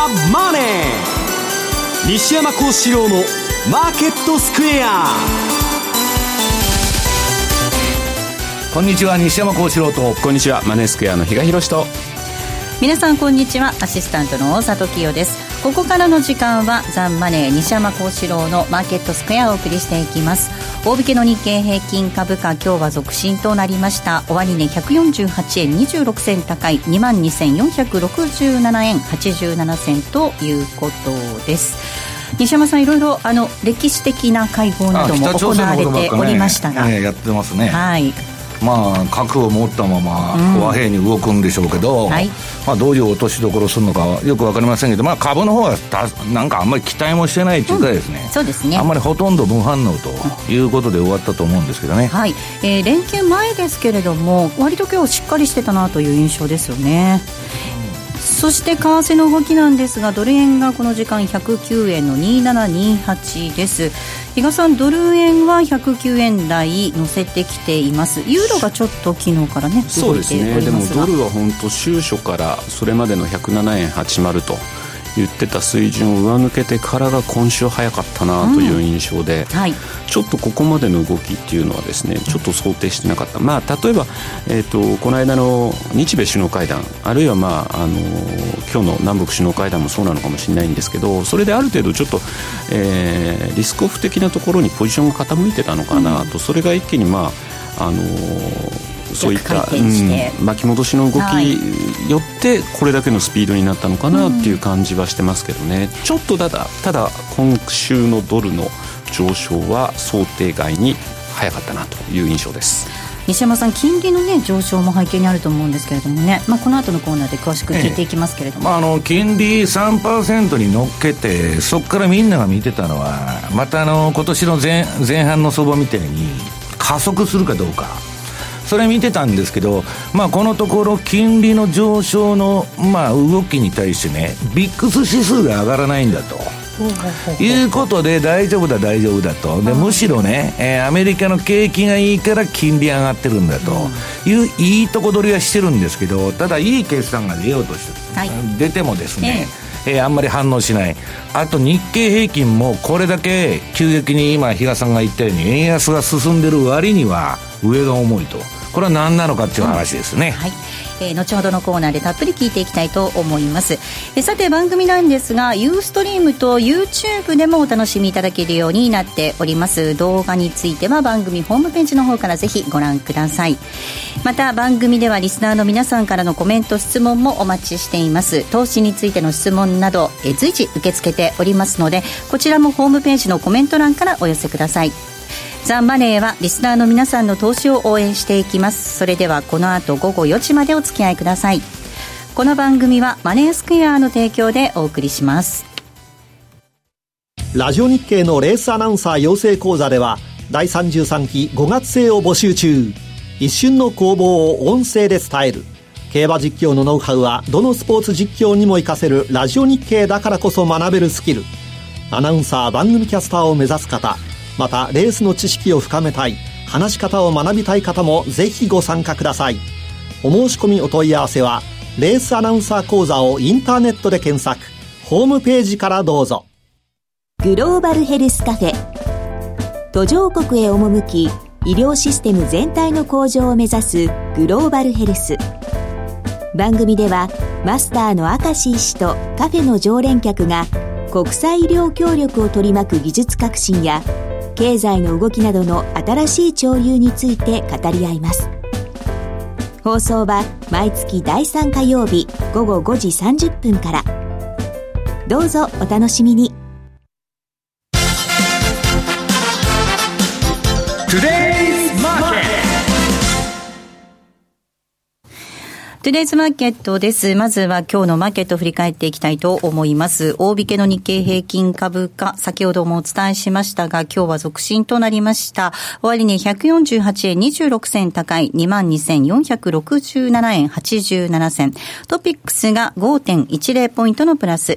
マネー。西山孝四郎のマーケットスクエア。 こんにちは、西山孝四郎と。 こんにちは、マネースクエアの比嘉宏と。 皆さんこんにちは、アシスタントの大里清です。ここからの時間はザンマネー西山孝四郎のマーケットスクエアをお送りしていきます。大引けの日経平均株価、今日は続伸となりました。終値148円26銭高い 22,467 円87銭ということです。西山さん、いろいろ歴史的な会合なども行われておりましたが、 やってますね。 はい、 核を持ったまま和平に動くんでしょうけど、はい、どういう落としどころするのかはよく分かりませんけど、株の方はなんかあんまり期待もしてないというかですね、 そうですね、 あんまりほとんど無反応ということで終わったと思うんですけどね。 はい、連休前ですけれども割と今日しっかりしてたなという印象ですよね。そして為替の動きなんですが、ドル円がこの時間109円の2728です。比嘉さん、ドル円は109円台乗せてきています。ユーロがちょっと昨日からね動いておりますが、そうですね。 でもドルは本当週初からそれまでの107円80と言ってた水準を上抜けてからが今週早かったなという印象で、はい、ちょっとここまでの動きっていうのはですね、ちょっと想定してなかった。例えば、この間の日米首脳会談、あるいは、今日の南北首脳会談もそうなのかもしれないんですけど、それである程度ちょっと、リスクオフ的なところにポジションが傾いてたのかなと、それが一気にそういった巻き戻しの動きによってこれだけのスピードになったのかなっていう感じはしてますけどね。ちょっとただ今週のドルの上昇は想定外に早かったなという印象です。 西山さん、金利の、上昇も背景にあると思うんですけれどもね、この後のコーナーで詳しく聞いていきますけれども、 金利 3% に乗っけてそこからみんなが見てたのはまた今年の 前半の相場みたいに加速するかどうか、それ見てたんですけど、このところ金利の上昇の、動きに対してね、ビックス指数が上がらないんだということで、大丈夫だと。でむしろね、アメリカの景気がいいから金利上がってるんだといういいとこ取りはしてるんですけど、ただいい決算が出ようとして、はい、出てもですね、あんまり反応しない。あと日経平均もこれだけ急激に今比嘉さんが言ったように円安が進んでる割には上が重いと、これは何なのかっていう話ですね。 はい、後ほどのコーナーでたっぷり聞いていきたいと思います。さて、番組なんですが、ユーストリームと YouTube でもお楽しみいただけるようになっております。動画については番組ホームページの方からぜひご覧ください。また番組ではリスナーの皆さんからのコメント質問もお待ちしています。投資についての質問など随時受け付けておりますので、こちらもホームページのコメント欄からお寄せください。ザ・マネーはリスナーの皆さんの投資を応援していきます。それではこの後午後4時までお付き合いください。この番組はマネースクエアの提供でお送りします。 ラジオ日経のレースアナウンサー養成講座では第33期5月生を募集中。一瞬の攻防を音声で伝える競馬実況のノウハウはどのスポーツ実況にも活かせるラジオ日経だからこそ学べるスキル。アナウンサー、番組キャスターを目指す方、またレースの知識を深めたい、話し方を学びたい方もぜひご参加ください。お申し込みお問い合わせはレースアナウンサー講座をインターネットで検索、ホームページからどうぞ。 グローバルヘルスカフェ、途上国へ赴き医療システム全体の向上を目指すグローバルヘルス。番組ではマスターの明石医師とカフェの常連客が国際医療協力を取り巻く技術革新や経済の動きなどの新しい潮流について語り合います。放送は毎月第3火曜日午後5時30分から。どうぞお楽しみに。 トゥデイズマーケットです。まずは今日のマーケットを振り返っていきたいと思います。大引けの日経平均株価、先ほどもお伝えしましたが、今日は続伸となりました。終値148円26銭高い 22,467 円87銭。トピックスが 5.10 ポイントのプラス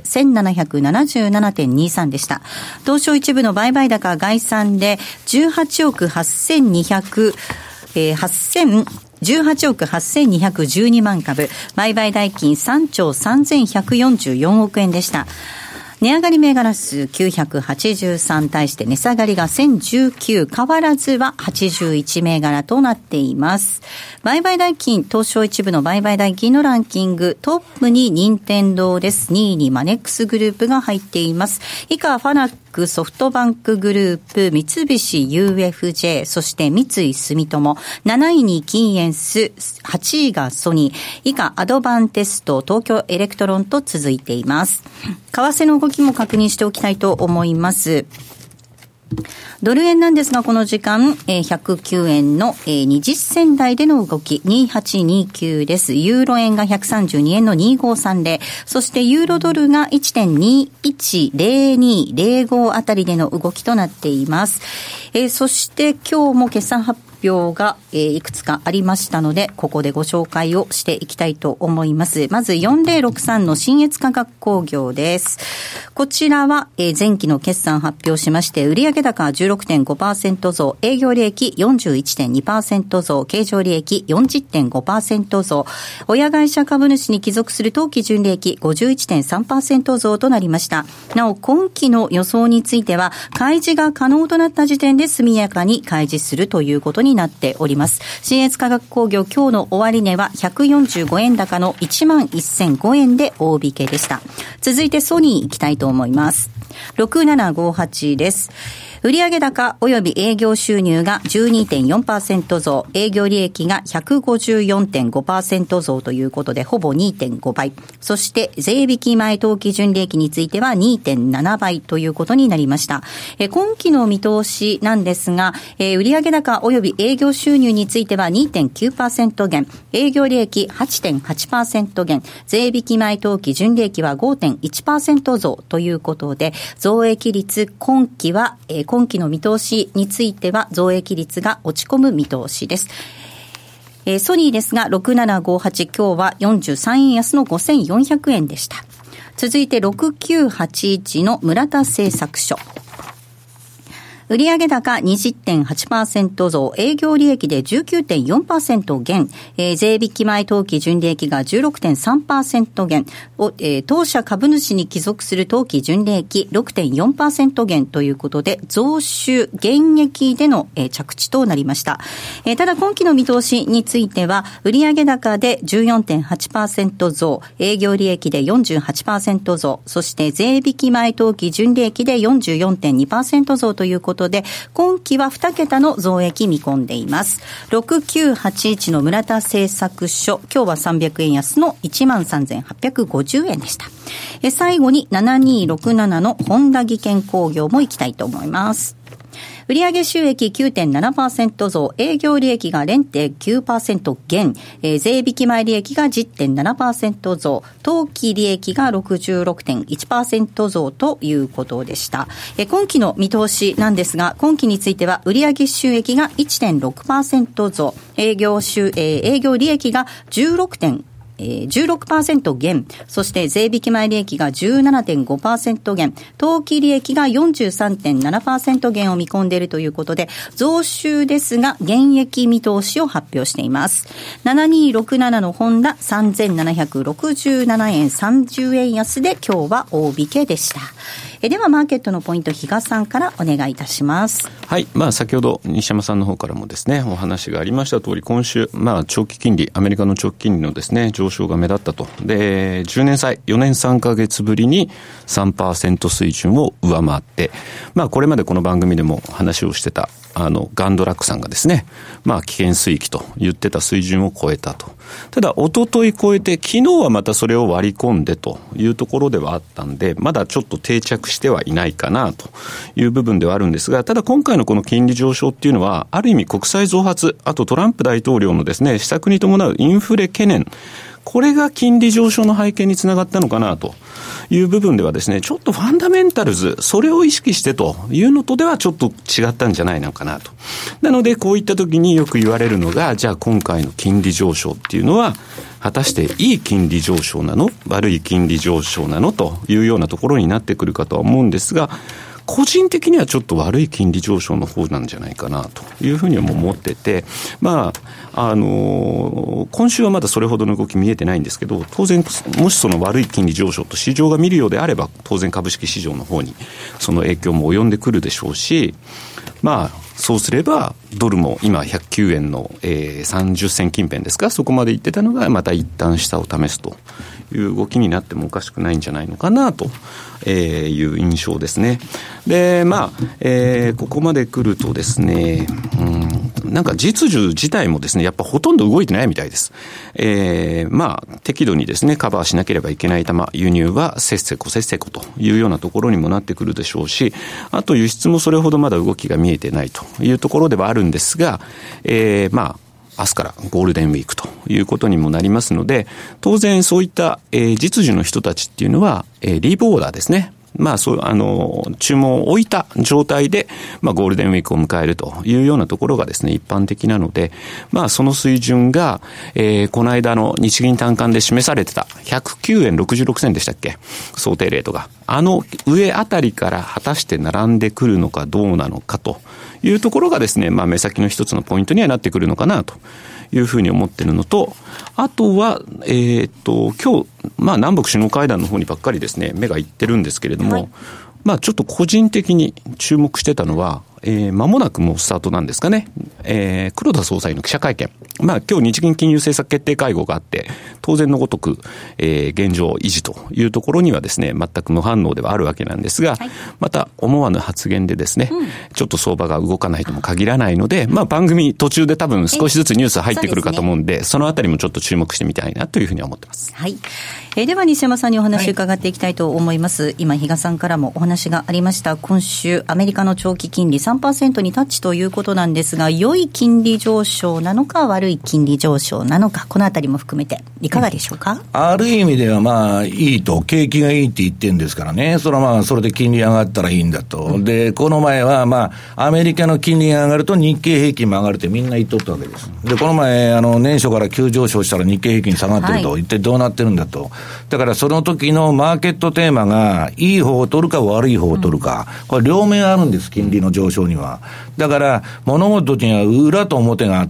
1777.23 でした。東証一部の売買高概算で18億8200、8000 18億8212万株、売買代金3兆3144億円でした。値上がり銘柄数983対して値下がりが1019、変わらずは81銘柄となっています。売買代金、東証一部の売買代金のランキング、トップに任天堂です。2位にマネックスグループが入っています。以下ファナック、ソフトバンクグループ、三菱 UFJ、そして三井住友、7位にキーエンス、8位がソニー、以下アドバンテスト、東京エレクトロンと続いています。為替の動きも確認しておきたいと思います。ドル円なんですが、この時間、109円の20銭台での動き、2829です。ユーロ円が132円の2530。そしてユーロドルが 1.210205 あたりでの動きとなっています。そして今日も決算発表がいくつかありましたので、ここでご紹介をしていきたいと思います。まず4063の信越化学工業です。こちらは前期の決算発表しまして、売上高 16.5% 増、営業利益 41.2% 増、経常利益 40.5% 増、親会社株主に帰属する当期純利益 51.3% 増となりました。なお今期の予想については、開示が可能となった時点で速やかに開示するということになっております。信越化学工業、今日の終値は145円高の 11,005 円で大引けでした。続いてソニー行きたいと思います。6758です。売上高及び営業収入が 12.4% 増、営業利益が 154.5% 増ということで、ほぼ 2.5 倍。そして税引き前当期純利益については 2.7 倍ということになりました。今期の見通しなんですが、売上高及び営業収入については 2.9% 減、営業利益 8.8% 減、税引き前当期純利益は 5.1% 増ということで、増益率今期の見通しについては増益率が落ち込む見通しです。ソニーですが6758、今日は43円安の5400円でした。続いて6981の村田製作所。売上高 20.8% 増、営業利益で 19.4% 減、税引き前当期純利益が 16.3% 減、当社株主に帰属する当期純利益 6.4% 減ということで、増収減益での着地となりました。ただ今期の見通しについては、売上高で 14.8% 増、営業利益で 48% 増、そして税引き前当期純利益で 44.2% 増ということで、今期は2桁の増益見込んでいます。6981の村田製作所、今日は300円安の 13,850 円でした。最後に7267の本田技研工業も行きたいと思います。売上収益 9.7% 増、営業利益が 0.9% 減、税引き前利益が 10.7% 増、当期利益が 66.1% 増ということでした。今期の見通しなんですが、今期については売上収益が 1.6% 増、営業利益が 16% 減、そして税引き前利益が 17.5% 減、当期利益が 43.7% 減を見込んでいるということで、増収ですが減益見通しを発表しています。7267のホンダ3767円30円安で今日は大引けでした。ではマーケットのポイント、比嘉さんからお願いいたします。 はい、先ほど西山さんの方からもですね、お話がありました通り、今週、長期金利、アメリカの長期金利のですね、上昇が目立ったと。で、10年債、4年3ヶ月ぶりに 3% 水準を上回って、これまでこの番組でも話をしてた、ガンドラックさんがですね、危険水域と言ってた水準を超えたと。ただ、一昨日超えて、昨日はまたそれを割り込んでというところではあったんで、まだちょっと定着してはいないかなという部分ではあるんですが、ただ今回のこの金利上昇っていうのは、ある意味国債増発、あとトランプ大統領のですね、施策に伴うインフレ懸念、これが金利上昇の背景につながったのかなという部分ではですね、ちょっとファンダメンタルズ、それを意識してというのとではちょっと違ったんじゃないのかなと。なのでこういった時によく言われるのが、じゃあ今回の金利上昇っていうのは果たしていい金利上昇なの？悪い金利上昇なの？というようなところになってくるかとは思うんですが、 個人的にはちょっと悪い金利上昇の方なんじゃないかなというふうにも思ってて、今週はまだそれほどの動き見えてないんですけど、当然もしその悪い金利上昇と市場が見るようであれば、当然株式市場の方にその影響も及んでくるでしょうし、そうすればドルも今109円の、30銭近辺ですか、そこまで行ってたのがまた一旦下を試すという動きになってもおかしくないんじゃないのかなという印象ですね。で、ここまで来るとですね、なんか実需自体もですね、やっぱほとんど動いてないみたいです。適度にですね、カバーしなければいけない輸入はせっせこというようなところにもなってくるでしょうし、あと輸出もそれほどまだ動きが見えてないというところではあるんですが、明日からゴールデンウィークということにもなりますので、当然そういった、実需の人たちっていうのは、リーブオーダーですね。注文を置いた状態で、ゴールデンウィークを迎えるというようなところがですね、一般的なので、その水準が、この間の日銀短観で示されてた109円66銭でしたっけ、想定レートが。上あたりから果たして並んでくるのかどうなのかというところがですね、目先の一つのポイントにはなってくるのかなというふうに思っているのと、あとは、今日、南北首脳会談の方にばっかりですね、目がいってるんですけれども、ちょっと個人的に注目してたのは、間もなくもうスタートなんですかね。黒田総裁の記者会見。今日日銀金融政策決定会合があって、当然のごとく、現状維持というところにはですね、全く無反応ではあるわけなんですが、また思わぬ発言でですね、ちょっと相場が動かないとも限らないので、番組途中で多分少しずつニュース入ってくるかと思うんで、そのあたりもちょっと注目してみたいなというふうに思ってます。 はい。では西山さんにお話を伺っていきたいと思います。今比嘉さんからもお話がありました。今週アメリカの長期金利3% にタッチということなんですが、良い金利上昇なのか悪い金利上昇なのか、このあたりも含めていかがでしょうか。 ある意味ではいいと、景気がいいって言ってるんですからね、それはそれで金利上がったらいいんだと。でこの前はアメリカの金利が上がると日経平均も上がるってみんな言っとったわけです。でこの前年初から急上昇したら日経平均下がってると、一体どうなってるんだと。だからその時のマーケットテーマがいい方を取るか悪い方を取るか、これ両面あるんです、金利の上昇には。だから物事には裏と表があって、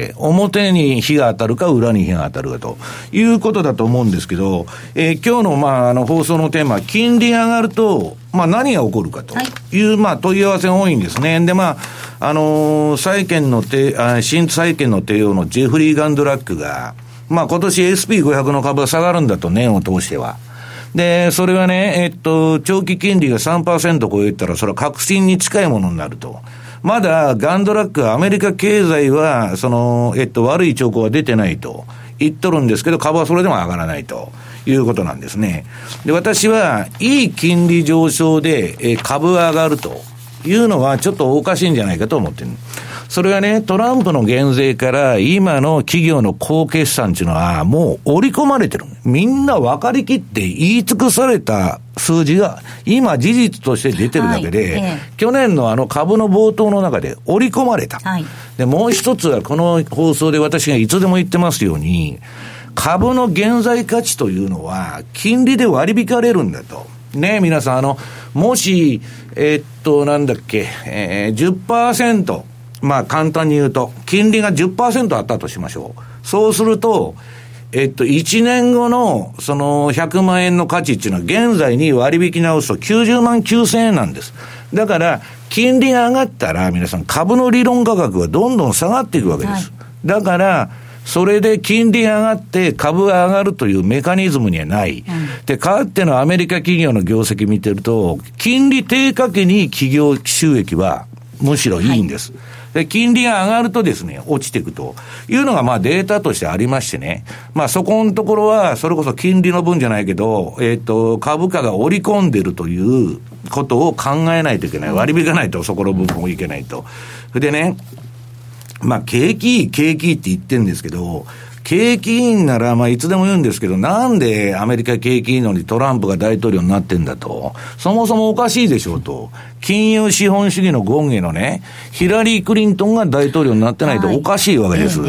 表に日が当たるか裏に日が当たるかということだと思うんですけど、今日の放送のテーマは金利が上がると何が起こるかという、問い合わせが多いんですね。で債券の新債券の帝王のジェフリー・ガンドラックが今年 SP500 の株が下がるんだと、年を通しては。で、それはね、長期金利が 3% 超えたら、それは確信に近いものになると。まだガンドラックはアメリカ経済は、悪い兆候は出てないと言っとるんですけど、株はそれでも上がらないということなんですね。で、私はいい金利上昇で、株が上がるというのはちょっとおかしいんじゃないかと思ってる。それはね、トランプの減税から今の企業の高決算っていうのはもう織り込まれてる。みんな分かりきって言い尽くされた数字が今事実として出てるだけで、去年の株の冒頭の中で織り込まれた。で、もう一つはこの放送で私がいつでも言ってますように、株の現在価値というのは金利で割り引かれるんだと。ね、皆さんもし、10%、簡単に言うと、金利が 10% あったとしましょう。そうすると、1年後の、その100万円の価値っていうのは、現在に割引直すと90万9000円なんです。だから、金利が上がったら、皆さん、株の理論価格がどんどん下がっていくわけです。だから、それで金利が上がって株が上がるというメカニズムにはない。で、かつてのアメリカ企業の業績見てると、金利低下期に企業収益はむしろいいんです。で、金利が上がるとですね、落ちていくというのがデータとしてありましてね。そこのところは、それこそ金利の分じゃないけど、株価が織り込んでるということを考えないといけない。割り引かないとそこの部分もいけないと。でね、景気って言ってるんですけど、景気いいんなら、いつでも言うんですけど、なんでアメリカ景気いいのにトランプが大統領になってんだと。そもそもおかしいでしょうと。金融資本主義の権下のね、ヒラリー・クリントンが大統領になってないとおかしいわけです。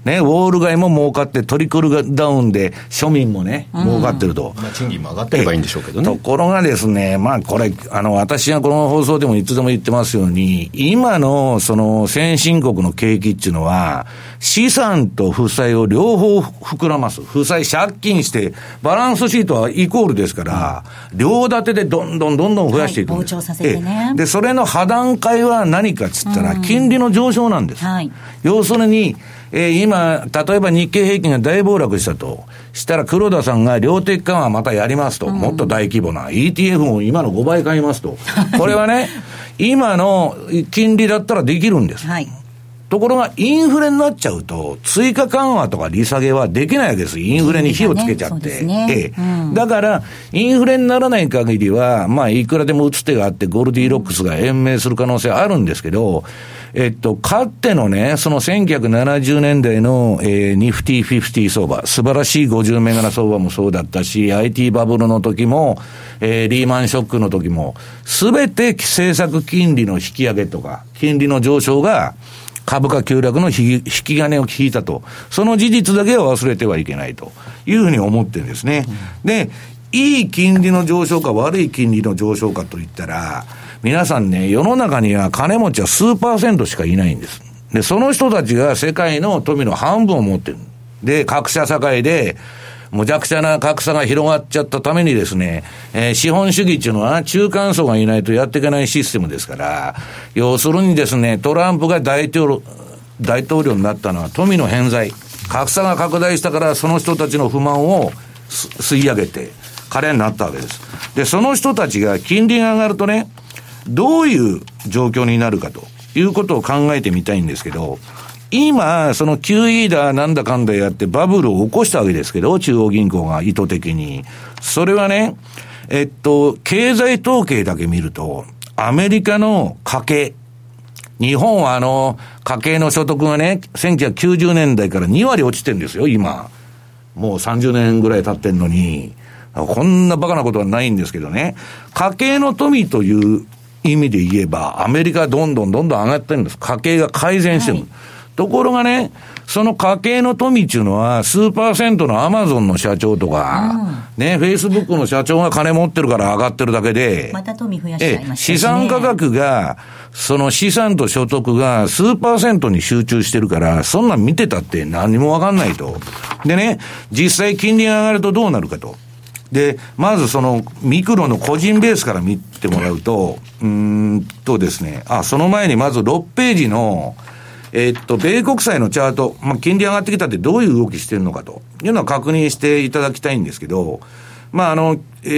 ね、ウォール街も儲かって、トリクルダウンで庶民もね、儲かってると。 賃金も上がってればいいんでしょうけどね。 ところがですね、これ、私がこの放送でもいつでも言ってますように、今のその先進国の景気っていうのは、資産と負債を両方膨らます。負債借金して、バランスシートはイコールですから、両立てでどんどん増やしていくんです。 膨張させてね。 で、それの破段階は何かっつったら、金利の上昇なんです。要するに、今、例えば日経平均が大暴落したとしたら、黒田さんが量的緩和またやりますと、もっと大規模な ETF も今の5倍買いますと、これはね、今の金利だったらできるんです。ところがインフレになっちゃうと、追加緩和とか利下げはできないわけです。インフレに火をつけちゃって。だから、インフレにならない限りは、いくらでも打つ手があって、ゴールディロックスが延命する可能性はあるんですけど、かつてのね、その1970年代の、ニフティ50相場、素晴らしい50銘柄相場もそうだったし、IT バブルの時も、リーマンショックの時も、すべて政策金利の引き上げとか、金利の上昇が、株価急落の引き金を引いたと。その事実だけは忘れてはいけないというふうに思ってるんですね。で、いい金利の上昇か悪い金利の上昇かといったら、皆さんね、世の中には金持ちは数%しかいないんです。で、その人たちが世界の富の半分を持ってる。で、格差社会で、むちゃくちゃな格差が広がっちゃったためにですね、資本主義っていうのは中間層がいないとやっていけないシステムですから、要するにですね、トランプが大統領になったのは富の偏在。格差が拡大したからその人たちの不満を吸い上げて、彼になったわけです。で、その人たちが金利が上がるとね、どういう状況になるかということを考えてみたいんですけど、今、その QE だなんだかんだやってバブルを起こしたわけですけど、中央銀行が意図的に。それはね、経済統計だけ見ると、アメリカの家計、日本は家計の所得がね、1990年代から2割落ちてるんですよ、今。もう30年ぐらい経ってんのに、こんなバカなことはないんですけどね、家計の富という意味で言えば、アメリカはどんどん上がってるんです。家計が改善してる。ところがね、その家計の富っていうのは、数%のアマゾンの社長とか、ね、フェイスブックの社長が金持ってるから上がってるだけで、 また富増やしちゃいましたしね。 資産価格が、その資産と所得が数%に集中してるから、そんなん見てたって何もわかんないと。でね、実際金利が上がるとどうなるかと。で、まずそのミクロの個人ベースから見てもらうと、ですね、その前にまず6ページの、米国債のチャート、金利上がってきたってどういう動きしてるのかというのは確認していただきたいんですけど、今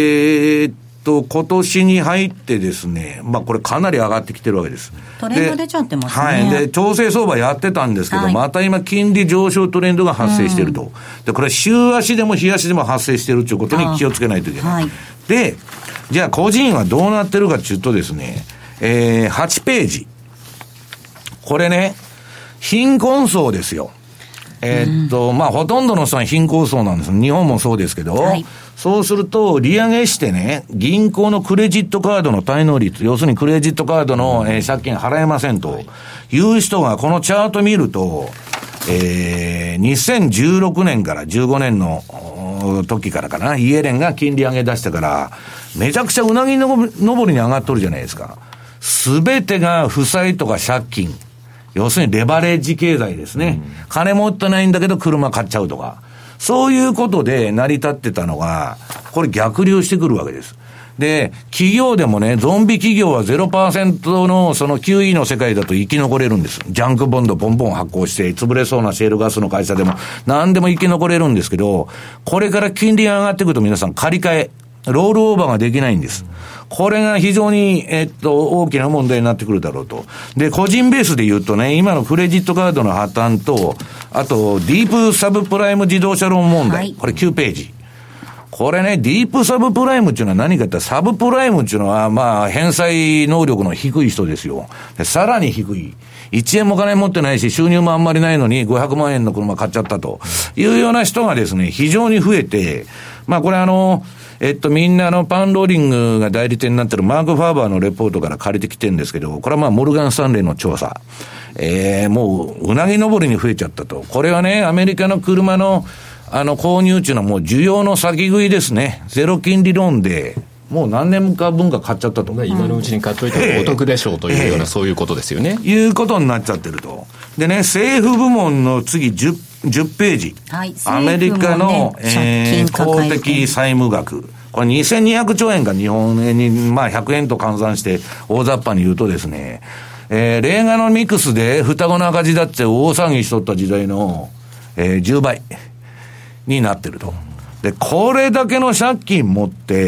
年に入ってですね、これかなり上がってきてるわけです。 トレンド出ちゃってますね。 で、調整相場やってたんですけど、また今金利上昇トレンドが発生していると。で、これ週足でも日足でも発生しているということに気をつけないといけない。で、じゃあ個人はどうなってるかというとですね、8ページ。これね、貧困層ですよ。ほとんどの人は貧困層なんです。日本もそうですけど、そうすると、利上げしてね、銀行のクレジットカードの滞納率、要するにクレジットカードの、借金払えませんという人が、このチャート見ると、2016年から15年の時からかな、イエレンが金利上げ出してから、めちゃくちゃうなぎ登りに上がっとるじゃないですか。すべてが負債とか借金。要するにレバレッジ経済ですね。金持ってないんだけど車買っちゃうとか。そういうことで成り立ってたのが、これ逆流してくるわけです。で、企業でもね、ゾンビ企業は 0% のその QE の世界だと生き残れるんです。ジャンクボンドポンポン発行して、潰れそうなシェールガスの会社でも何でも生き残れるんですけど、これから金利が上がってくると皆さん借り換え、ロールオーバーができないんです。これが非常に、大きな問題になってくるだろうと。で、個人ベースで言うとね、今のクレジットカードの破綻と、あと、ディープサブプライム自動車ローン問題。これ9ページ。これね、ディープサブプライムっていうのは何かって、サブプライムっていうのは、返済能力の低い人ですよ。で、さらに低い。1円も金持ってないし、収入もあんまりないのに、500万円の車買っちゃったというような人がですね、非常に増えて、これみんなパンローリングが代理店になってるマーク・ファーバーのレポートから借りてきてるんですけど、これはモルガン・スタンレーの調査。もう、うなぎ登りに増えちゃったと。これはね、アメリカの車の、購入っていうのはもう需要の先食いですね。ゼロ金利ローンで、もう何年か分か買っちゃったと。 今のうちに買っといたらお得でしょうというような、そういうことですよね。 いうことになっちゃってると。でね、政府部門の次10ページ。はい、アメリカの、公的債務額。これ2200兆円が日本円に、100円と換算して大雑把に言うとですね、レーガノミクスで双子の赤字だって大騒ぎしとった時代の、10倍になってると。で、これだけの借金持って、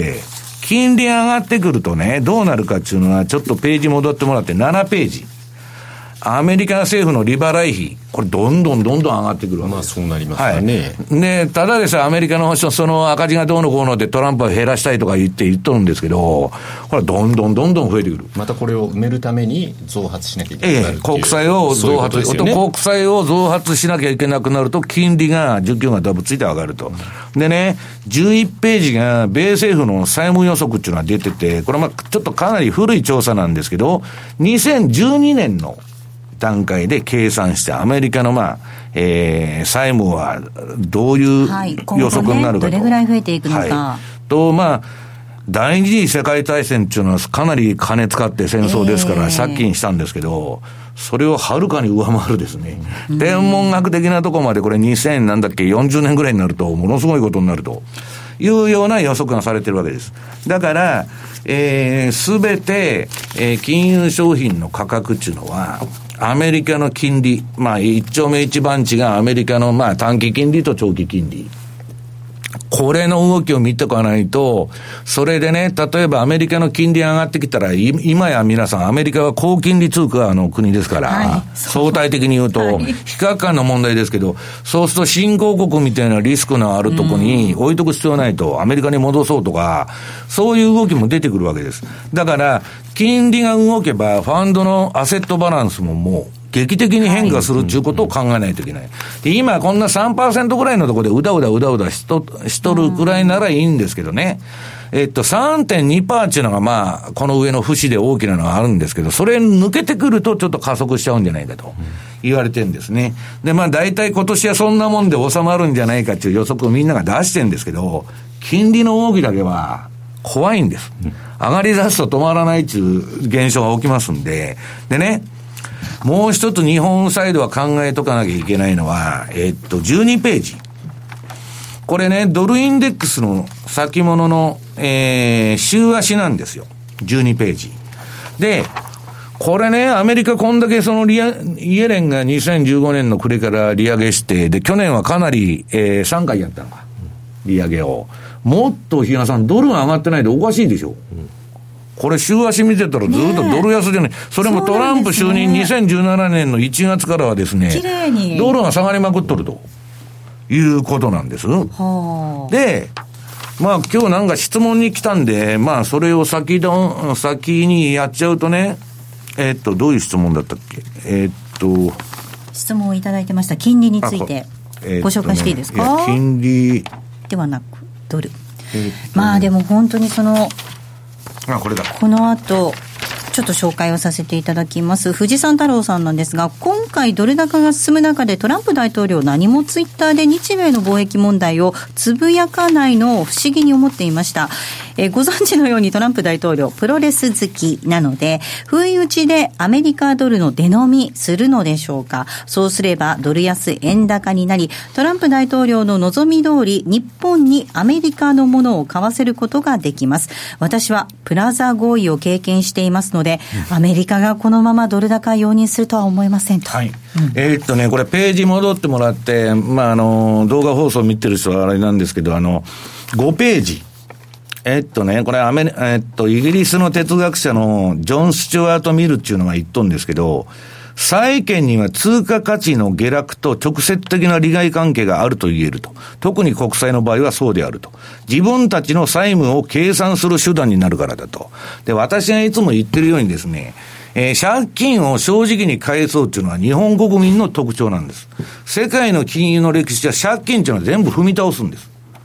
金利上がってくるとね、どうなるかっていうのは、ちょっとページ戻ってもらって7ページ。アメリカ政府の利払い費、これどんどん上がってくるわけです。 そうなりますよね。 はい。で、ただでさえアメリカのその赤字がどうのこうのでトランプは減らしたいとか言っとるんですけど、これどんどん増えてくる。 またこれを埋めるために増発しなきゃいけなくなるっていう。 国債を増発、国債を増発しなきゃいけなくなると、金利が、需給がダブついて上がると。でね、11ページが、米政府の債務予測っていうのが出てて、これはちょっとかなり古い調査なんですけど、2012年の段階で計算してアメリカの債務はどういう予測になるかと、 どれぐらい増えていくのか、 と第二次世界大戦っていうのはかなり金使って戦争ですから借金したんですけど、それをはるかに上回るですね、天文学的なところまでこれ40年ぐらいになるとものすごいことになるというような予測がされてるわけです。だからすべて、金融商品の価格っていうのはアメリカの金利、一丁目一番地がアメリカの短期金利と長期金利。これの動きを見ておかないと、それでね、例えばアメリカの金利上がってきたら、今や皆さんアメリカは高金利通貨の国ですから、相対的に言うと、比較感の問題ですけど、そうすると新興国みたいなリスクのあるとこに置いとく必要ないと、アメリカに戻そうとか、そういう動きも出てくるわけです。だから、金利が動けば、ファンドのアセットバランスももう、劇的に変化するっていうことを考えないといけない。で今こんな 3% ぐらいのところでうだうだしとるぐらいならいいんですけどね。3.2% っていうのがこの上の節で大きなのがあるんですけど、それ抜けてくるとちょっと加速しちゃうんじゃないかと言われてるんですね。で大体今年はそんなもんで収まるんじゃないかっていう予測をみんなが出してるんですけど、金利の動きだけは怖いんです。上がり出すと止まらないっていう現象が起きますんで。でね、もう一つ日本サイドは考えとかなきゃいけないのは、12ページ。これね、ドルインデックスの先物の、週足なんですよ。12ページ。で、これね、アメリカこんだけイエレンが2015年の暮れから利上げして、で、去年はかなり、3回やったのか。利上げを。もっと、比嘉さん、ドルが上がってないでおかしいでしょ。これ週足見てたらずっとドル安じゃない。それもトランプ就任2017年の1月からはですね、ドルが下がりまくっとるということなんです。で、今日なんか質問に来たんで、それを先にやっちゃうとね、どういう質問だったっけ？ 質問をいただいてました。金利についてご紹介していいですか？ 金利ではなくドル。でも本当にこの後ちょっと紹介をさせていただきます。藤さん太郎さんなんですが、今回ドル高が進む中でトランプ大統領何もツイッターで日米の貿易問題をつぶやかないのを不思議に思っていました。ご存知のようにトランプ大統領プロレス好きなので、不意打ちでアメリカドルの出飲みするのでしょうか。そうすればドル安円高になり、トランプ大統領の望み通り日本にアメリカのものを買わせることができます。私はプラザ合意を経験していますので、アメリカがこのままドル高容認するとは思えませんと。 はい。これページ戻ってもらって、動画放送見てる人はあれなんですけど、5ページ。これイギリスの哲学者のジョン・スチュワート・ミルっていうのが言っとんですけど、債券には通貨価値の下落と直接的な利害関係があると言えると。特に国債の場合はそうであると。自分たちの債務を計算する手段になるからだと。で、私がいつも言ってるようにですね、借金を正直に返そうっていうのは日本国民の特徴なんです。世界の金融の歴史は借金っていうのは全部踏み倒すんです。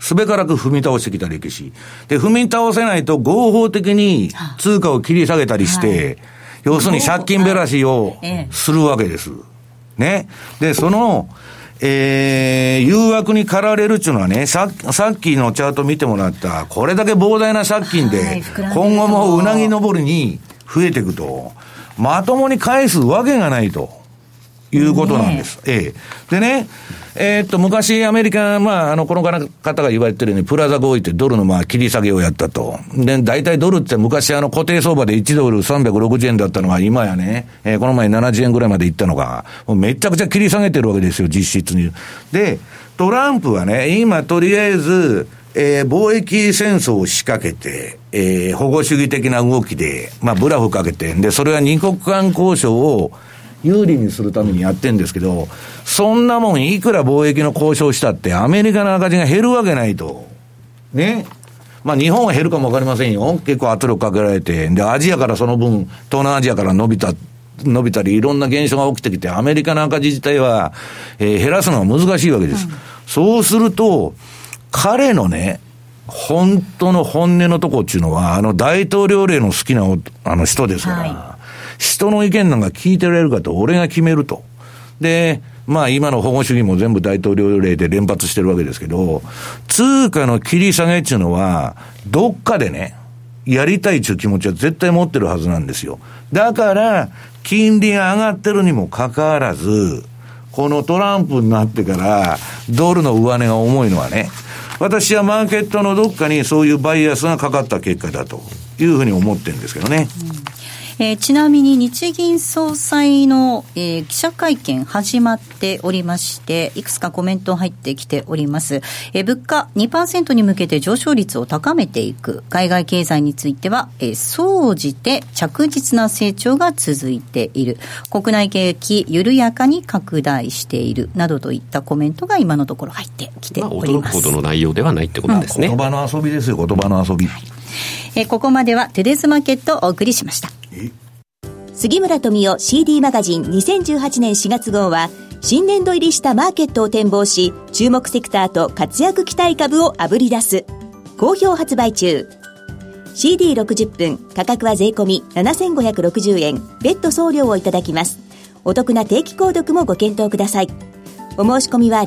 すべからく踏み倒してきた歴史。で、踏み倒せないと合法的に通貨を切り下げたりして、要するに借金べらしをするわけです。ね。で、その、誘惑に駆られるっていうのはね、さっきのチャート見てもらった、これだけ膨大な借金で、今後もうなぎ登りに増えていくと、まともに返すわけがないということなんです。でね、昔アメリカ、この方が言われてるように、プラザ合意ってドルの切り下げをやったと。で、大体ドルって昔固定相場で1ドル360円だったのが、今やね、この前70円ぐらいまで行ったのが、もうめちゃくちゃ切り下げてるわけですよ、実質に。で、トランプはね、今とりあえず、貿易戦争を仕掛けて、保護主義的な動きで、ブラフかけて、で、それは二国間交渉を有利にするためにやってんですけど、そんなもんいくら貿易の交渉したってアメリカの赤字が減るわけないと。ね。日本は減るかもわかりませんよ。結構圧力かけられて。で、アジアからその分、東南アジアから伸びたり、いろんな現象が起きてきて、アメリカの赤字自体は、減らすのは難しいわけです。そうすると、彼のね、本当の本音のとこっていうのは、大統領令の好きな人ですから、人の意見なんか聞いてられるかと、俺が決めると。で、今の保護主義も全部大統領令で連発してるわけですけど、通貨の切り下げっていうのは、どっかでね、やりたいっていう気持ちは絶対持ってるはずなんですよ。だから、金利が上がってるにもかかわらず、このトランプになってから、ドルの上値が重いのはね、私はマーケットのどっかにそういうバイアスがかかった結果だというふうに思ってるんですけどね。 ちなみに日銀総裁の、記者会見始まっておりまして、いくつかコメント入ってきております。物価 2% に向けて上昇率を高めていく。海外経済については、総じて着実な成長が続いている。国内景気緩やかに拡大している。などといったコメントが今のところ入ってきております。 驚くほどの内容ではないってことですね。 言葉の遊びですよ、言葉の遊び。 ここまではトゥデズマーケットをお送りしました。 杉村富夫 CD マガジン2018年4月号は新年度入りしたマーケットを展望し、注目セクターと活躍期待株をあぶり出す。好評発売中。CD60 分、価格は税込み7560円、別途送料をいただきます。お得な定期購読もご検討ください。お申し込みは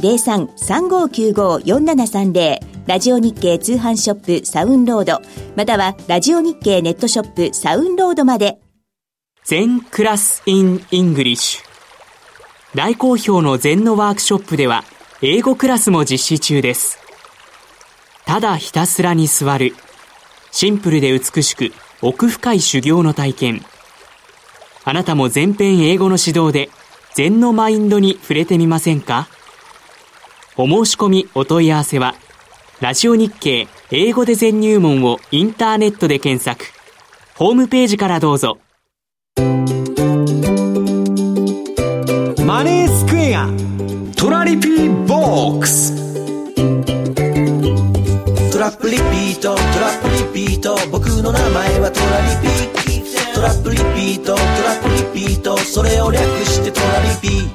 03-3595-4730 ラジオ日経通販ショップサウンロード、またはラジオ日経ネットショップサウンロードまで。 全クラスインイングリッシュ。大好評の全のワークショップでは英語クラスも実施中です。ただひたすらに座る。シンプルで美しく奥深い修行の体験。あなたも全編英語の指導で禅のマインドに触れてみませんか？お申し込みお問い合わせはラジオ日経英語で禅入門をインターネットで検索。ホームページからどうぞ。 マネースクエアトラリピーボックス。 トラップリピートトラップリピート、僕の名前はトラリピ。トラップリピートトラップリピート、それを略してトラリピ。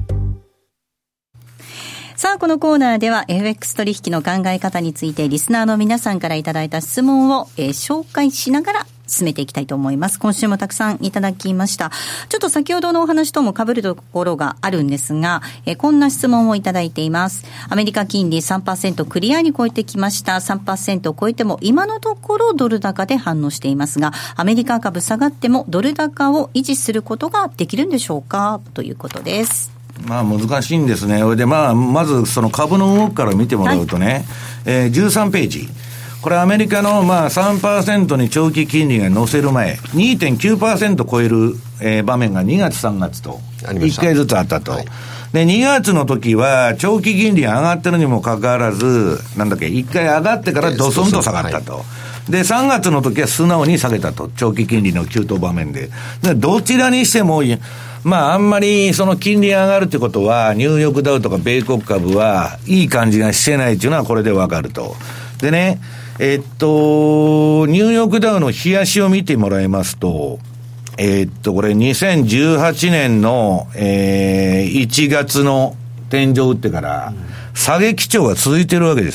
さあ、このコーナーでは FX 取引の考え方についてリスナーの皆さんからいただいた質問を、紹介しながら進めていきたいと思います。今週もたくさんいただきました。ちょっと先ほどのお話とも被るところがあるんですが、こんな質問をいただいています。アメリカ金利 3% クリアに超えてきました。 3% を超えても今のところドル高で反応していますが、アメリカ株下がってもドル高を維持することができるんでしょうか、ということです。 難しいんですね。で、まずその株の動きから見てもらうとね、13ページ。これアメリカの3% に長期金利が乗せる前、2.9% 超える、場面が2月3月と1回ずつあったと。で、2月の時は長期金利が上がってるにもかかわらず、1回上がってからドスンと下がったと。で、3月の時は素直に下げたと。長期金利の急騰場面で。で、どちらにしても、あんまりその金利が上がるってことは、ニューヨークダウとか米国株はいい感じがしてないっていうのはこれでわかると。でね、ニューヨークダウの冷やしを見てもらいますと、これ2018年の、1月の天井打ってから、下げ基調が続いてるわけです。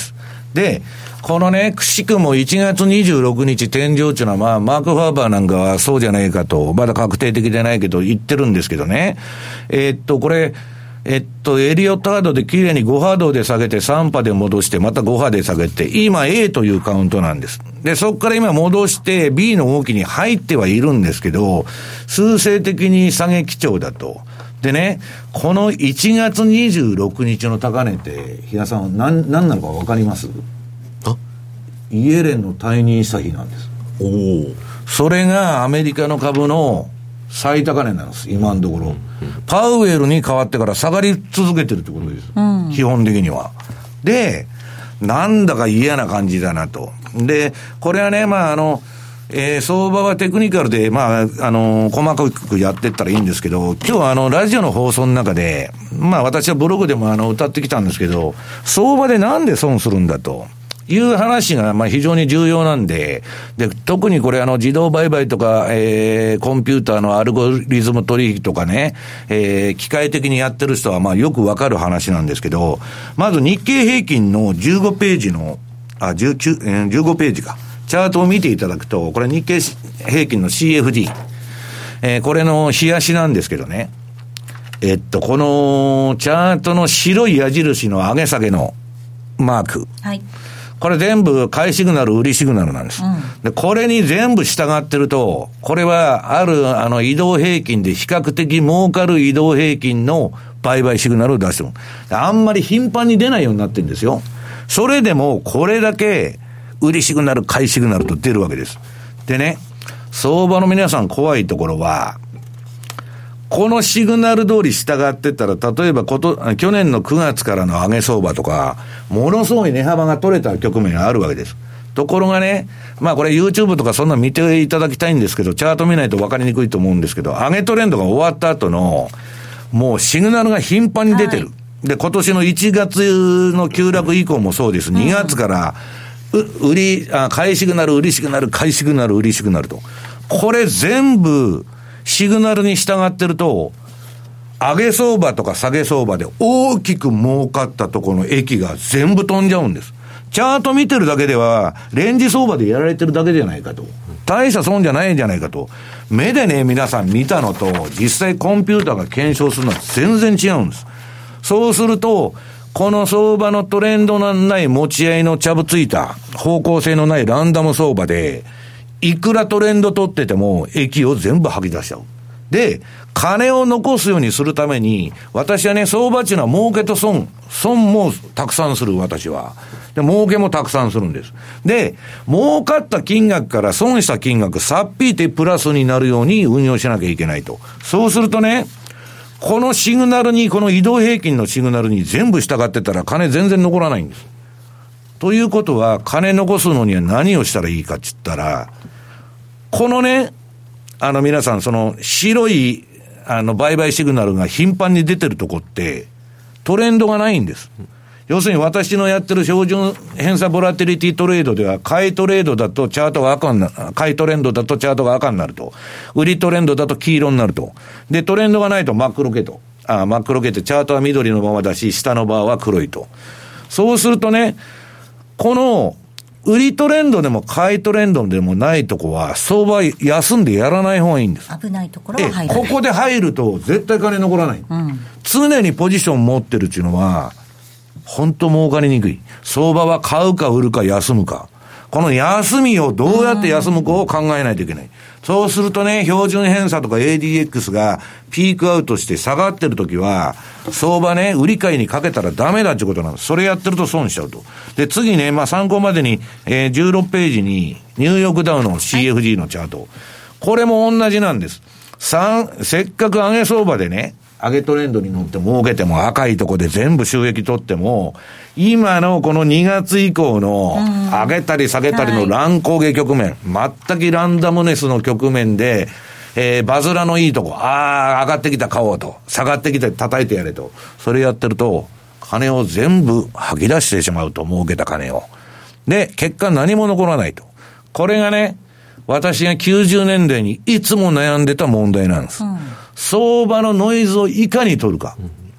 で、このね、くしくも1月26日天井っていうのは、まあ、マーク・ファーバーなんかはそうじゃないかと、まだ確定的でないけど言ってるんですけどね。これ、エリオットハードで綺麗に5波動で下げて3波で戻してまた5波で下げて、今 A というカウントなんです。で、そこから今戻して B の動きに入ってはいるんですけど、数勢的に下げ基調だと。でね、この1月26日の高値って、比嘉さん何なのか分かります？イエレンの退任した日なんです。それがアメリカの株の最高値なんです、今のところ。パウエルに変わってから下がり続けてるってことです。基本的には。で、なんだか嫌な感じだなと。で、これはね、まあ相場はテクニカルで、まあ、細かくやっていったらいいんですけど、今日ラジオの放送の中で、まあ私はブログでも歌ってきたんですけど、相場でなんで損するんだという話が、まあ非常に重要なんで、特にこれ自動売買とか、コンピューターのアルゴリズム取引とかね、機械的にやってる人はまあよくわかる話なんですけど、まず日経平均の15ページの、15ページか。チャートを見ていただくと、これ日経平均の CFD。これの日足なんですけどね。このチャートの白い矢印の上げ下げのマーク。はい。これ全部買いシグナル、売りシグナルなんです。で、これに全部従ってると、これはある移動平均で比較的儲かる移動平均の売買シグナルを出してる。あんまり頻繁に出ないようになってるんですよ。それでもこれだけ売りシグナル、買いシグナルと出るわけです。でね、相場の皆さん怖いところは、このシグナル通り従ってたら、例えば去年の9月からの上げ相場とか、ものすごい値幅が取れた局面があるわけです。ところがね、まあこれ YouTube とかそんな見ていただきたいんですけど、チャート見ないと分かりにくいと思うんですけど、上げトレンドが終わった後の、もうシグナルが頻繁に出てる。はい、で、今年の1月の急落以降もそうです。2月から、買いシグナル、売りシグナル、買いシグナル、売りシグナルと。これ全部、シグナルに従ってると、上げ相場とか下げ相場で大きく儲かったところの益が全部飛んじゃうんです。チャート見てるだけでは、レンジ相場でやられてるだけじゃないかと。大した損じゃないんじゃないかと。目でね、皆さん見たのと、実際コンピューターが検証するのは全然違うんです。そうすると、この相場のトレンドのない持ち合いのちゃぶついた方向性のないランダム相場で、いくらトレンド取ってても益を全部吐き出しちゃう。で、金を残すようにするために、私はね、相場っていうのは儲けと損もたくさんする、私は。で、儲けもたくさんするんです。で、儲かった金額から損した金額、さっぴいてプラスになるように運用しなきゃいけないと。そうするとね、このシグナルに、この移動平均のシグナルに全部従ってたら金全然残らないんです。ということは、金残すのには何をしたらいいかって言ったら、このね、皆さん、その白い、売買シグナルが頻繁に出てるとこって、トレンドがないんです。要するに私のやってる標準偏差ボラティリティトレードでは、買いトレードだとチャートが赤になる、買いトレンドだとチャートが赤になると、売りトレンドだと黄色になると。で、トレンドがないと真っ黒系と。真っ黒系ってチャートは緑のままだし、下のバーは黒いと。そうするとね、この、売りトレンドでも買いトレンドでもないとこは、相場休んでやらない方がいいんです。 危ないところは入らない。 ここで入ると絶対金残らない。常にポジション持ってるっていうのは、本当儲かりにくい。相場は買うか売るか休むか。この休みをどうやって休むかを考えないといけない。そうするとね、標準偏差とか ADX がピークアウトして下がってるときは、相場ね、売り買いにかけたらダメだってことなんです。それやってると損しちゃうと。で、次ね、参考までに、16ページにニューヨークダウの CFD のチャート。これも同じなんです。せっかく上げ相場でね、上げトレンドに乗って儲けても赤いとこで全部収益取っても、今のこの2月以降の上げたり下げたりの乱高下局面、全くランダムネスの局面で、バズラのいいとこ、上がってきた買おうと、下がってきて叩いてやれと、それやってると、金を全部吐き出してしまうと、儲けた金を。で、結果何も残らないと。これがね、私が90年代にいつも悩んでた問題なんです。相場のノイズをいかに取るか。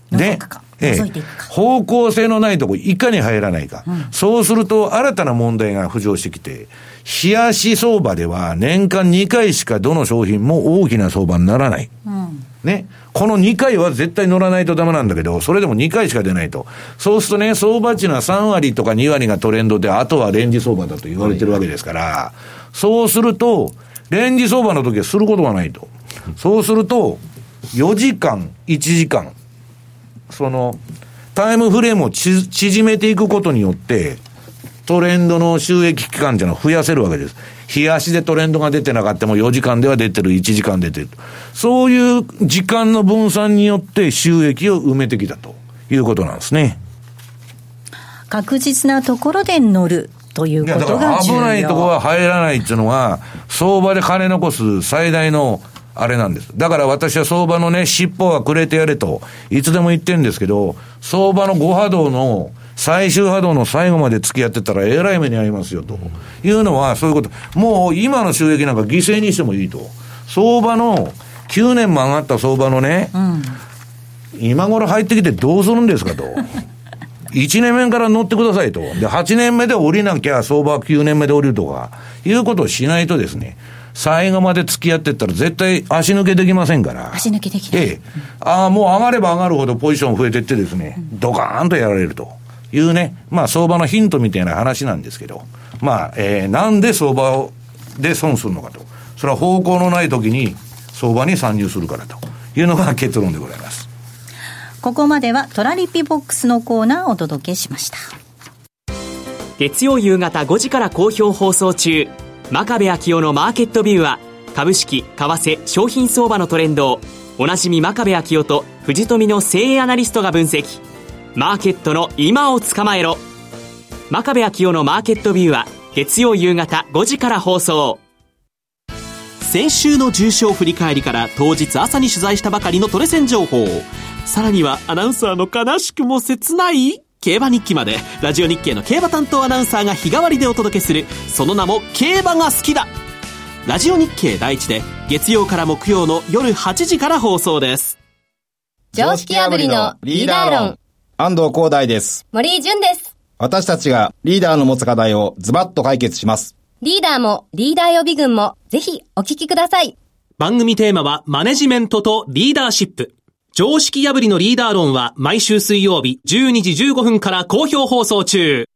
で、方向性のないとこいかに入らないか、そうすると新たな問題が浮上してきて、冷やし相場では年間2回しかどの商品も大きな相場にならない、ね、この2回は絶対乗らないとダメなんだけど、それでも2回しか出ないと。そうするとね、相場っていうのは3割とか2割がトレンドで、あとはレンジ相場だと言われてるわけですから、そうするとレンジ相場の時はすることがないと。そうすると4時間1時間そのタイムフレームを縮めていくことによってトレンドの収益期間っていうのを増やせるわけです。日足でトレンドが出てなかったも4時間では出てる、1時間出てる。そういう時間の分散によって収益を埋めてきたということなんですね。 確実なところで乗るということが重要。 だから危ないところは入らないっていうのは相場で金残す最大のあれなんです。だから私は相場のね、尻尾はくれてやれといつでも言ってるんですけど、相場の5波動の最終波動の最後まで付き合ってたらえらい目に遭いますよというのは、そういうこと。もう今の収益なんか犠牲にしてもいいと。相場の9年も上がった相場のね、今頃入ってきてどうするんですかと。1年目から乗ってくださいと。で、8年目で降りなきゃ相場は9年目で降りるとかいうことをしないとですね、最後まで付き合ってったら絶対足抜けできませんから。 足抜けできない。 もう上がれば上がるほどポジション増えてってですね、ドカーンとやられるというね、まあ相場のヒントみたいな話なんですけど、まあ、なんで相場で損するのかと。それは方向のない時に相場に参入するからというのが結論でございます。 ここまではトラリピボックスのコーナーをお届けしました。 月曜夕方5時から好評放送中、真壁昭夫のマーケットビューは株式、為替、商品相場のトレンドをおなじみ真壁昭夫と藤富の精鋭アナリストが分析。マーケットの今を捕まえろ。真壁昭夫のマーケットビューは月曜夕方5時から放送。 先週の重賞振り返りから当日朝に取材したばかりのトレセン情報、さらにはアナウンサーの悲しくも切ない競馬日記まで、ラジオ日経の競馬担当アナウンサーが日替わりでお届けする、その名も競馬が好きだ。ラジオ日経第一で月曜から木曜の夜8時から放送です。 常識破りのリーダー論、 安藤光大です。 森井純です。 私たちがリーダーの持つ課題をズバッと解決します。 リーダーもリーダー予備軍もぜひお聞きください。 番組テーマはマネジメントとリーダーシップ。常識破りのリーダー論は毎週水曜日12時15分から好評放送中。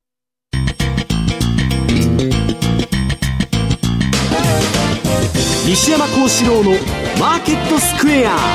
西山幸四郎のマーケットスクエア。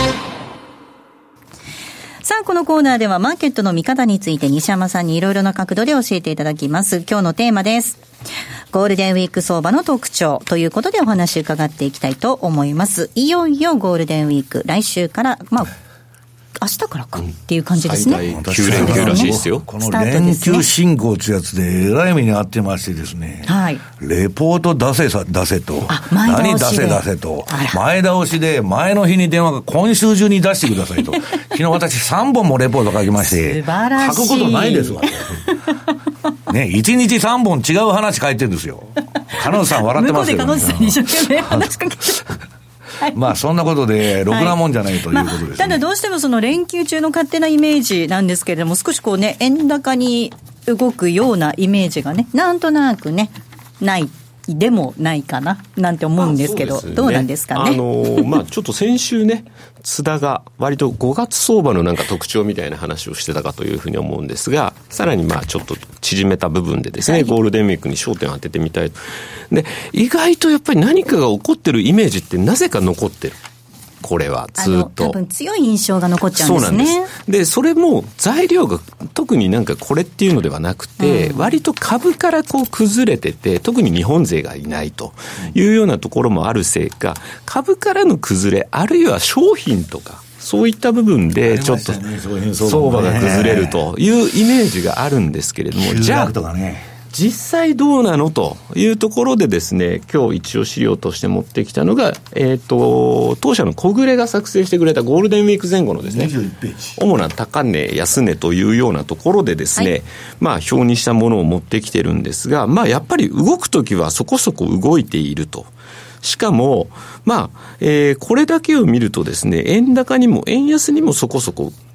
さあ、このコーナーではマーケットの見方について西山さんにいろいろな角度で教えていただきます。今日のテーマです。ゴールデンウィーク相場の特徴ということでお話を伺っていきたいと思います。いよいよゴールデンウィーク、来週から、明日からかっていう感じですね。 最大9連休らしいですよ。 この連休進行というやつでえらい目に遭ってましてですね、 はい、 レポート出せと、何出せと、前倒しで前の日に電話が今週中に出してくださいと。昨日私3本もレポート書きまして、 素晴らしい。 書くことないですわ。ね、1日3本違う話書いてるんですよ。彼女さん笑ってますけど、ね、 向こうで彼女さんに一生懸命話しかけてまあそんなことでろくなもんじゃないということですね。 ただどうしてもその連休中の勝手なイメージなんですけれども、少しこうね、円高に動くようなイメージがね、なんとなくね、ないでもないかななんて思うんですけど、ね、どうなんですかね。 ちょっと先週ね、津田が割と5月相場のなんか特徴みたいな話をしてたかというふうに思うんですが、さらにちょっと縮めた部分でですね、ゴールデンウィークに焦点を当ててみたい。で、意外とやっぱり何かが起こってるイメージってなぜか残ってる。これはずっと多分強い印象が残っちゃうんですね。 そうなんです。で、それも材料が特になんかこれっていうのではなくて、割と株からこう崩れてて、特に日本勢がいないというようなところもあるせいか、株からの崩れ、あるいは商品とかそういった部分でちょっと相場が崩れるというイメージがあるんですけれども、じゃあ実際どうなのというところでですね、今日一応資料として持ってきたのが、当社の小暮が作成してくれたゴールデンウィーク前後のですね、主な高値安値というようなところでですね、表にしたものを持ってきてるんですが、やっぱり動くときはそこそこ動いていると。しかも、これだけを見るとですね、円高にも円安にもそこそこ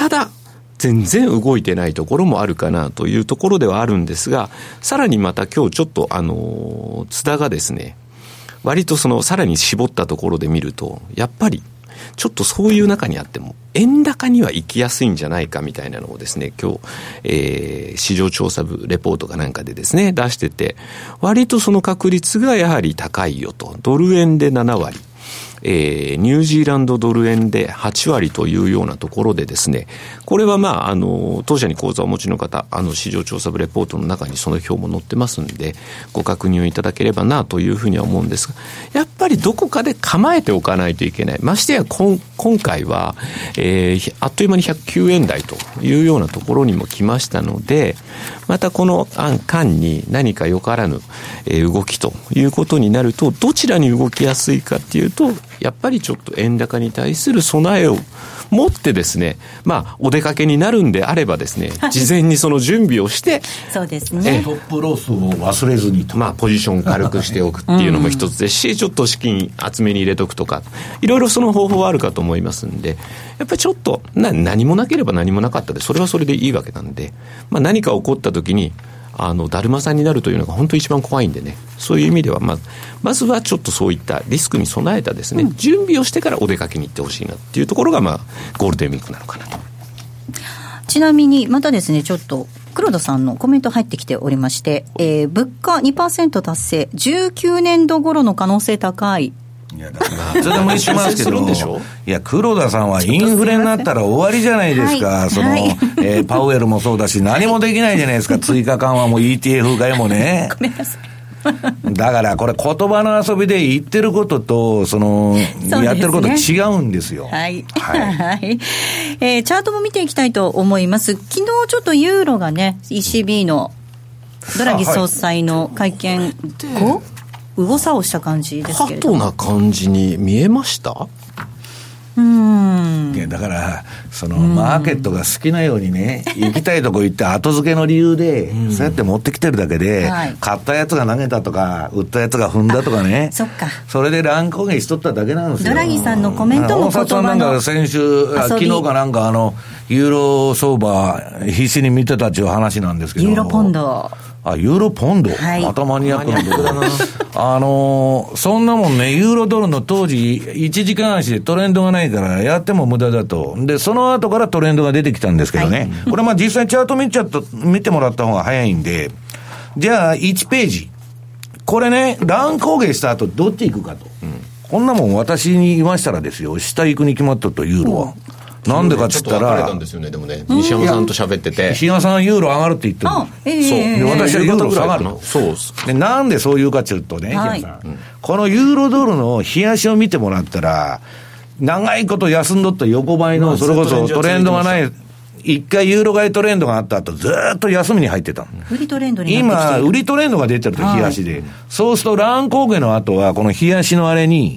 ただ全然動いてないところもあるかなというところではあるんですが、さらにまた今日ちょっと津田がですね、割とさらに絞ったところで見ると、やっぱりちょっとそういう中にあっても円高には行きやすいんじゃないかみたいなのをですね、今日、市場調査部レポートかなんかでですね出してて、割とその確率がやはり高いよと。ドル円で7割、ニュージーランドドル円で8割というようなところでですね、これは当社に口座をお持ちの方、市場調査部レポートの中にその表も載ってますんで、ご確認いただければなというふうには思うんですが、やっぱりどこかで構えておかないといけない。ましてや今回は、あっという間に109円台というようなところにも来ましたので、またこの間に何かよからぬ、動きということになると、どちらに動きやすいかっていうと、やっぱりちょっと円高に対する備えを持ってですね、お出かけになるんであればですね、事前にその準備をしてそうですね、 トップロスを忘れずにと、 ポジション軽くしておくっていうのも一つですし、ちょっと資金厚めに入れとくとか、いろいろその方法はあるかと思いますんで、やっぱりちょっと何もなければ何もなかったで、それはそれでいいわけなんで、何か起こった時にだるまさんになるというのが本当に一番怖いんでね、そういう意味ではまずはちょっとそういったリスクに備えたですね、準備をしてからお出かけに行ってほしいなっていうところがゴールデンウィークなのかなと。 ちなみにまたですね、ちょっと黒田さんのコメント入ってきておりまして、物価 2% 達成、19年度頃の可能性高い。 いや、それもしますけど、いや、黒田さんはインフレになったら終わりじゃないですか。パウエルもそうだし、何もできないじゃないですか。追加緩和も ETF 買いもね。 ごめんなさい。 だからこれ言葉の遊びで言ってることとやってること違うんですよ。 はい、はい、チャートも見ていきたいと思います。昨日ちょっとユーロがね、 ECB のドラギ総裁の会見後右往左往した感じですけれども、 ハトな感じに見えました？ いや、だからマーケットが好きなようにね、行きたいとこ行って後付けの理由でそうやって持ってきてるだけで、買ったやつが投げたとか売ったやつが踏んだとかねそっか、 それで乱高下しとっただけなんですよ。 ドラギさんのコメントも言葉のなんか先週昨日かなんかユーロ相場必死に見てたっていう話なんですけど、 ユーロポンド、 ユーロポンド、 はい、 またマニアックなところだな。そんなもんね、ユーロドルの当時1時間足でトレンドがないからやっても無駄だと。でその後からトレンドが出てきたんですけどね、これ実際チャート見てもらった方が早いんで、じゃあ1ページこれね、乱高下した後どっち行くかと、こんなもん私に言いましたらですよ、下行くに決まったと、ユーロは。なんでかっつったら、ちょっと分かれたんですよね。でもね、西山さんと喋ってて、西山さんはユーロ上がるって言ってるの、そうで、私はユーロ下がるの。そうで、なんでそう言うかっていうとね、西山さん、このユーロドルの冷やしを見てもらったら、長いこと休んどった横ばいの、それこそトレンドがない、一回ユーロ買いトレンドがあった後、ずっと休みに入ってたの。 売りトレンドになってきてる。 今売りトレンドが出てると、冷やしで、そうすると乱高下の後はこの冷やしのあれに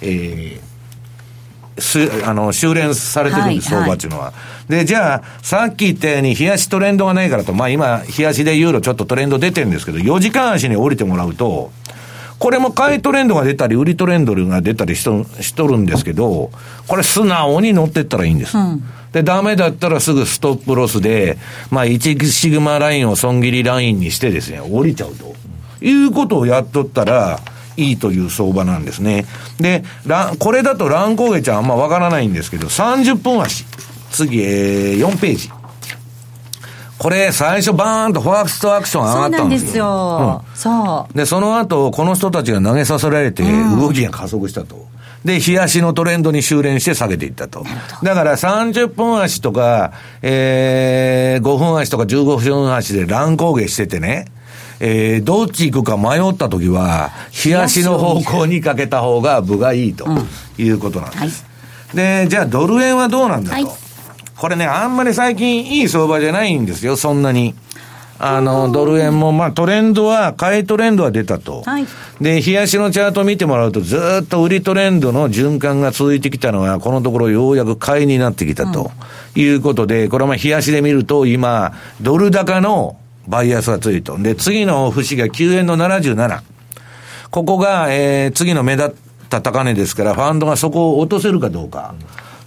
修練されてるんです、相場っていうのは。で、じゃあ、さっき言ったように、冷やしトレンドがないからと、今、冷やしでユーロちょっとトレンド出てるんですけど、4時間足に降りてもらうと、これも買いトレンドが出たり、売りトレンドが出たりしとるんですけど、これ素直に乗ってったらいいんです。で、ダメだったらすぐストップロスで、1シグマラインを損切りラインにしてですね、降りちゃうと。いうことをやっとったら、いいという相場なんですね。で、これだと乱高下ちゃんあんまわからないんですけど、30分足。次、4ページ。これ、最初バーンとファーストアクション上がったんですよ。 そう。 で、その後、この人たちが投げさせられて、動きが加速したと。で、日足のトレンドに修練して下げていったと。だから30分足とか、5分足とか15分足で乱高下しててね、どっち行くか迷ったときは、日足の方向にかけた方が分がいいということなんです。で、じゃあドル円はどうなんだと。これね、あんまり最近いい相場じゃないんですよ、そんなに。ドル円も、トレンドは、買いトレンドは出たと。で、日足のチャートを見てもらうと、ずっと売りトレンドの循環が続いてきたのが、このところようやく買いになってきたということで、これは日足で見ると、今、ドル高のバイアスがついと。で、次の節が9円の77。ここが、次の目立った高値ですから、ファンドがそこを落とせるかどうか。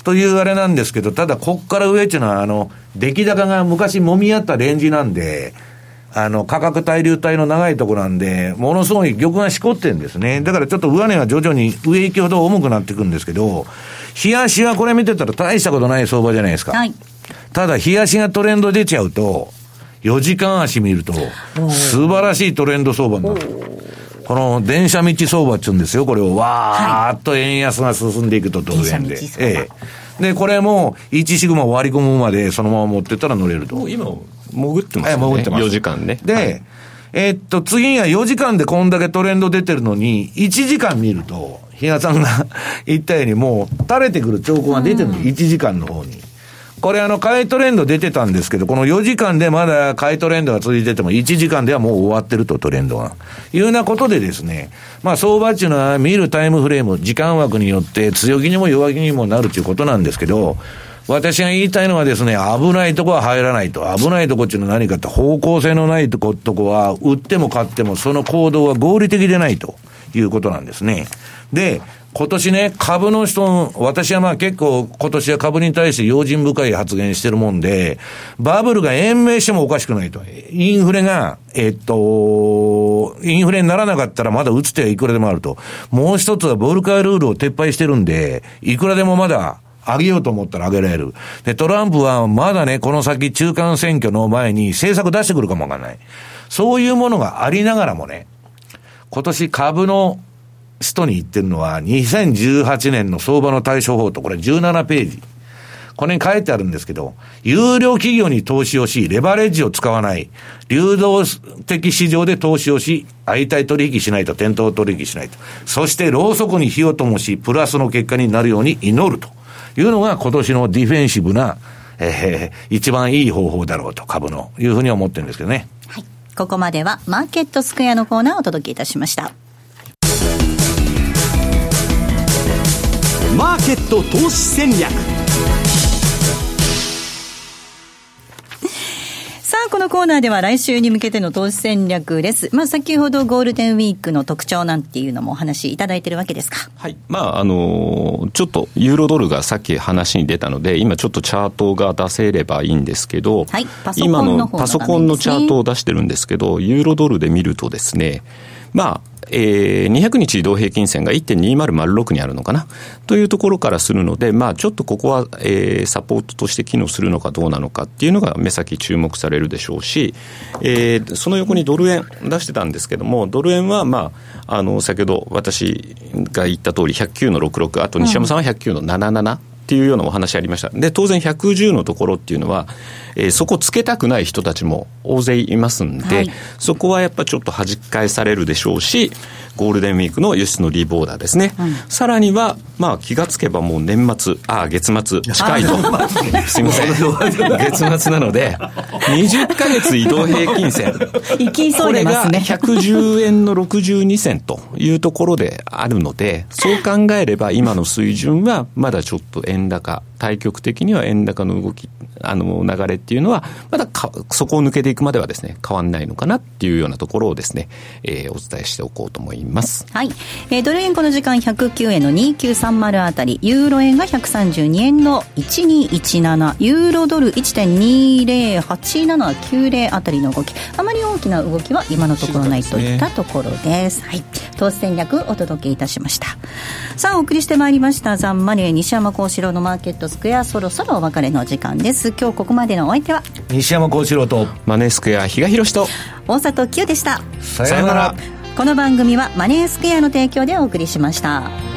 というあれなんですけど、ただこっから上っていうのは出来高が昔揉み合ったレンジなんで、価格対流体の長いところなんで、ものすごい玉がしこってるんですね。だからちょっと上値は徐々に上行きほど重くなっていくんですけど、日足はこれ見てたら大したことない相場じゃないですか。はい、ただ日足がトレンド出ちゃうと、4時間足見ると、素晴らしいトレンド相場になる。この電車道相場って言うんですよ。これをわーっと円安が進んでいくとドル円で。で、これも1シグマ割り込むまでそのまま持ってったら乗れると。 今、潜ってますね。潜ってます。4時間ね。 で、次には4時間でこんだけトレンド出てるのに、1時間見ると、比嘉さんが言ったようにもう垂れてくる兆候が出てるの、1時間の方に。これ買いトレンド出てたんですけど、この4時間でまだ買いトレンドが続いてても、1時間ではもう終わってると、トレンドが。いうようなことでですね、相場っていうのは見るタイムフレーム、時間枠によって強気にも弱気にもなるということなんですけど、私が言いたいのはですね、危ないとこは入らないと。危ないとこっていうのは何かって、方向性のないとこは、売っても買ってもその行動は合理的でないということなんですね。で、今年ね、株の人、私は結構今年は株に対して用心深い発言してるもんで、バブルが延命してもおかしくないと。インフレが、インフレにならなかったらまだ打つ手はいくらでもあると。もう一つはボルカールールを撤廃してるんで、いくらでもまだ上げようと思ったら上げられる。で、トランプはまだね、この先中間選挙の前に政策出してくるかもわかんない。そういうものがありながらもね、今年株の人に言ってるのは、2018年の相場の対処法と、これ17ページ。これに書いてあるんですけど、有料企業に投資をし、レバレッジを使わない、流動的市場で投資をし、相対取引しないと、店頭取引しないと。そして、ろうそくに火を灯し、プラスの結果になるように祈るというのが今年のディフェンシブな、一番いい方法だろうと、株の、いうふうに思ってるんですけどね。 はい。ここまでは、マーケットスクエアのコーナーをお届けいたしました。 マーケット投資戦略。 さあこのコーナーでは来週に向けての投資戦略です。先ほどゴールデンウィークの特徴なんていうのもお話しいただいてるわけですか。 はい。ちょっとユーロドルがさっき話に出たので、今ちょっとチャートが出せればいいんですけど、 はい、 今のパソコンのチャートを出してるんですけど、ユーロドルで見るとですね、200日移動平均線が 1.2006 にあるのかなというところからするので、ちょっとここは、サポートとして機能するのかどうなのかっていうのが目先注目されるでしょうし、その横にドル円出してたんですけども、ドル円は先ほど私が言った通り109の66、あと西山さんは109の77っていうようなお話ありました。で、当然110のところっていうのは、そこつけたくない人たちも大勢いますんで、はい、そこはやっぱちょっと弾き返されるでしょうし、ゴールデンウィークの輸出のリボーダーですね。さらには、気がつけばもう月末近いと。すいません。月末なので、20ヶ月移動平均線。 行き急いでますね。 これが110円の62銭というところであるので、そう考えれば今の水準はまだちょっと円高、対極的には円高の動き、流れっていうのはまだそこを抜けていくまではですね変わんないのかなっていうようなところをですね、お伝えしておこうと思います。 はい。ドル円この時間109円の2930あたり、ユーロ円が132円の1217、ユーロドル 1.208790 あたりの動き、あまり大きな動きは今のところないといったところです。はい。投資戦略お届けいたしました。さあお送りしてまいりましたザンマネー西山幸四郎のマーケットスクエア、そろそろお別れの時間です。今日ここまでのお相手は西山幸四郎とマネースクエア比嘉宏と大里清でした。 さようなら。 この番組はマネースクエアの提供でお送りしました。